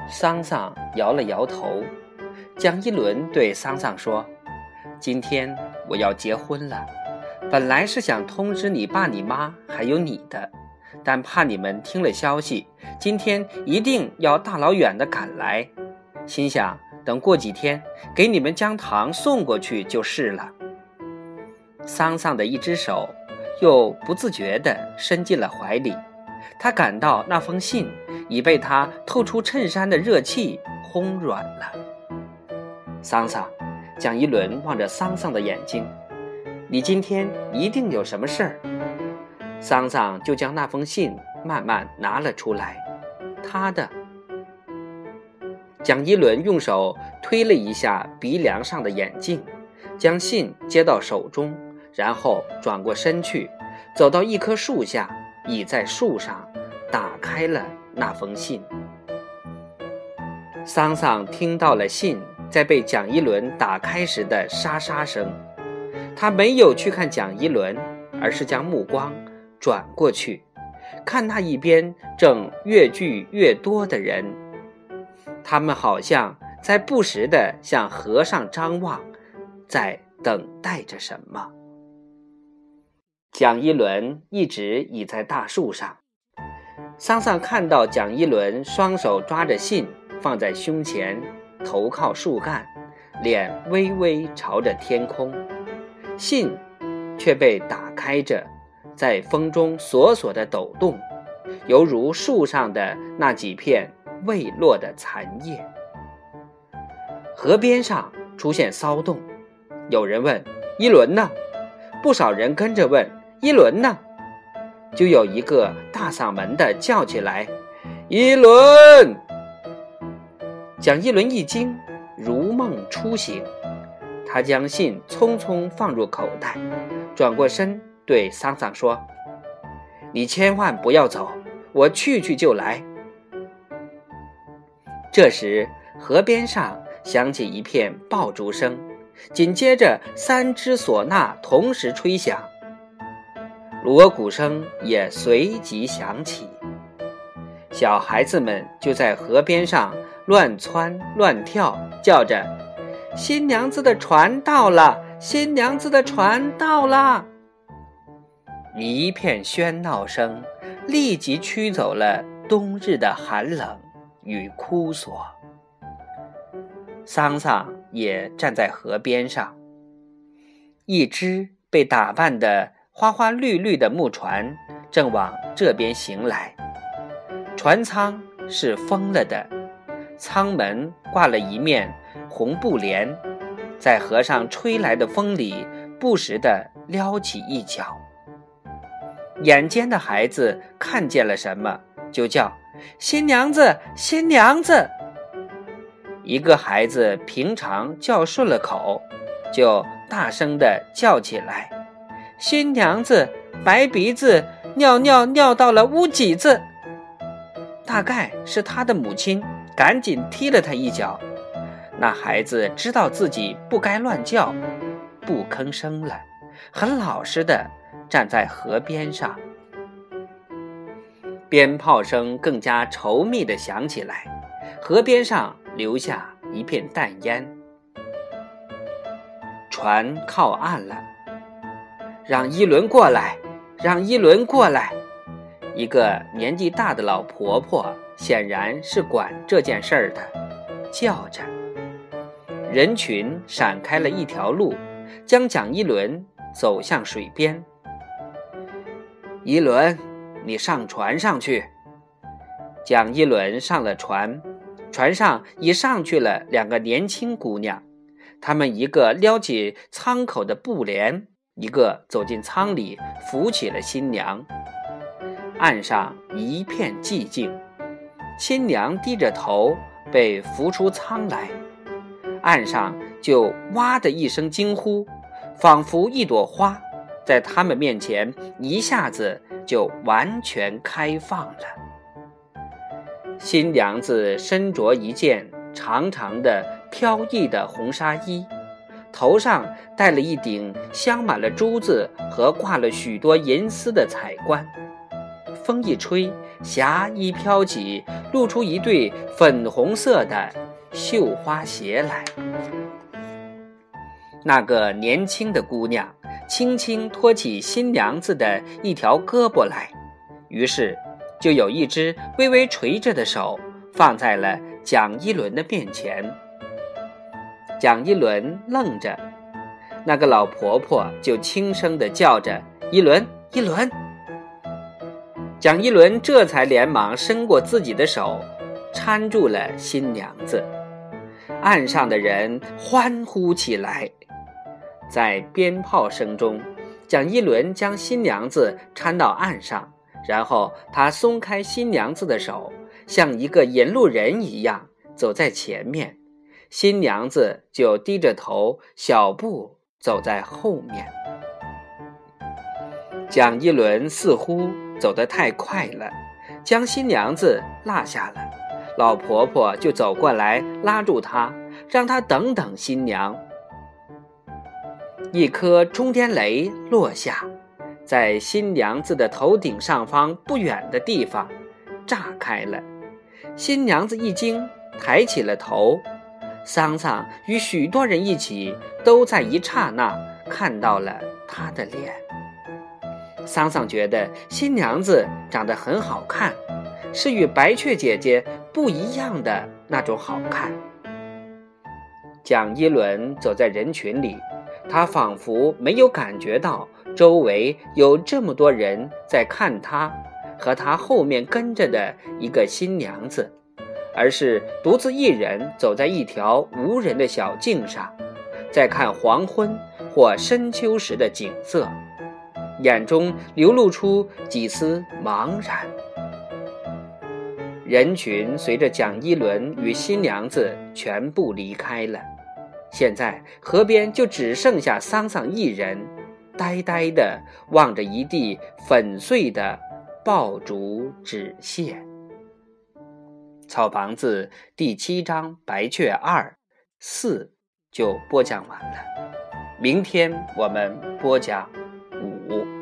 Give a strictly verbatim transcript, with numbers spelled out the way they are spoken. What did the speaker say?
桑桑摇了摇头。蒋一伦对桑桑说：今天我要结婚了，本来是想通知你爸你妈还有你的，但怕你们听了消息，今天一定要大老远的赶来，心想等过几天给你们将糖送过去就是了。桑桑的一只手又不自觉地伸进了怀里，他感到那封信已被他透出衬衫的热气烘软了。桑桑，蒋一伦望着桑桑的眼睛，你今天一定有什么事儿。桑桑就将那封信慢慢拿了出来，他的。蒋一伦用手推了一下鼻梁上的眼镜，将信接到手中，然后转过身去，走到一棵树下，倚在树上打开了那封信。桑桑听到了信在被蒋一伦打开时的沙沙声，他没有去看蒋一伦，而是将目光转过去，看那一边正越聚越多的人，他们好像在不时地向河上张望，在等待着什么。蒋一伦一直倚在大树上，桑桑看到蒋一伦双手抓着信放在胸前，头靠树干，脸微微朝着天空，信却被打开着，在风中索索地抖动，犹如树上的那几片未落的残叶。河边上出现骚动，有人问一伦呢？不少人跟着问一伦呢？就有一个大嗓门地叫起来一伦！蒋一伦一惊，如梦初醒，他将信匆匆放入口袋，转过身对桑桑说：你千万不要走，我去去就来。这时河边上响起一片爆竹声，紧接着三支唢呐同时吹响，锣鼓声也随即响起。小孩子们就在河边上乱窜乱跳，叫着新娘子的船到了，新娘子的船到了。一片喧闹声立即驱走了冬日的寒冷与枯索。桑桑也站在河边上，一只被打扮得花花绿绿的木船正往这边行来，船舱是封了的，舱门挂了一面红布帘，在河上吹来的风里不时地撩起一角。眼尖的孩子看见了什么，就叫新娘子，新娘子。一个孩子平常叫顺了口，就大声地叫起来，新娘子白鼻子尿尿尿到了屋脊子。大概是他的母亲赶紧踢了他一脚，那孩子知道自己不该乱叫，不吭声了，很老实地站在河边上。鞭炮声更加稠密地响起来，河边上留下一片淡烟。船靠岸了，让一轮过来，让一轮过来。一个年纪大的老婆婆显然是管这件事儿的，叫着。人群闪开了一条路，将蒋一伦走向水边。一伦，你上船上去。蒋一伦上了船，船上已上去了两个年轻姑娘，她们一个撩起舱口的布帘，一个走进舱里扶起了新娘。岸上一片寂静，新娘低着头被扶出舱来，岸上就哇的一声惊呼，仿佛一朵花在他们面前一下子就完全开放了。新娘子身着一件长长的飘逸的红纱衣，头上戴了一顶镶满了珠子和挂了许多银丝的彩冠，风一吹， 霞衣飘起，露出一对粉红色的绣花鞋来。那个年轻的姑娘轻轻托起新娘子的一条胳膊来，于是就有一只微微垂着的手放在了蒋一伦的面前。蒋一伦愣着，那个老婆婆就轻声地叫着：“一伦，一伦。”蒋一伦这才连忙伸过自己的手，搀住了新娘子。岸上的人欢呼起来，在鞭炮声中，蒋一伦将新娘子搀到岸上，然后他松开新娘子的手，像一个引路人一样走在前面，新娘子就低着头小步走在后面。蒋一伦似乎走得太快了，将新娘子落下了，老婆婆就走过来拉住她，让她等等新娘。一颗冲天雷落下，在新娘子的头顶上方不远的地方炸开了。新娘子一惊，抬起了头，桑桑与许多人一起都在一刹那看到了她的脸。桑桑觉得新娘子长得很好看，是与白雀姐姐不一样的那种好看。蒋一伦走在人群里，他仿佛没有感觉到周围有这么多人在看他和他后面跟着的一个新娘子，而是独自一人走在一条无人的小径上，在看黄昏或深秋时的景色，眼中流露出几丝茫然。人群随着蒋一伦与新娘子全部离开了，现在河边就只剩下桑桑一人，呆呆地望着一地粉碎的爆竹纸屑。草房子第七章白雀二四就播讲完了，明天我们播讲五。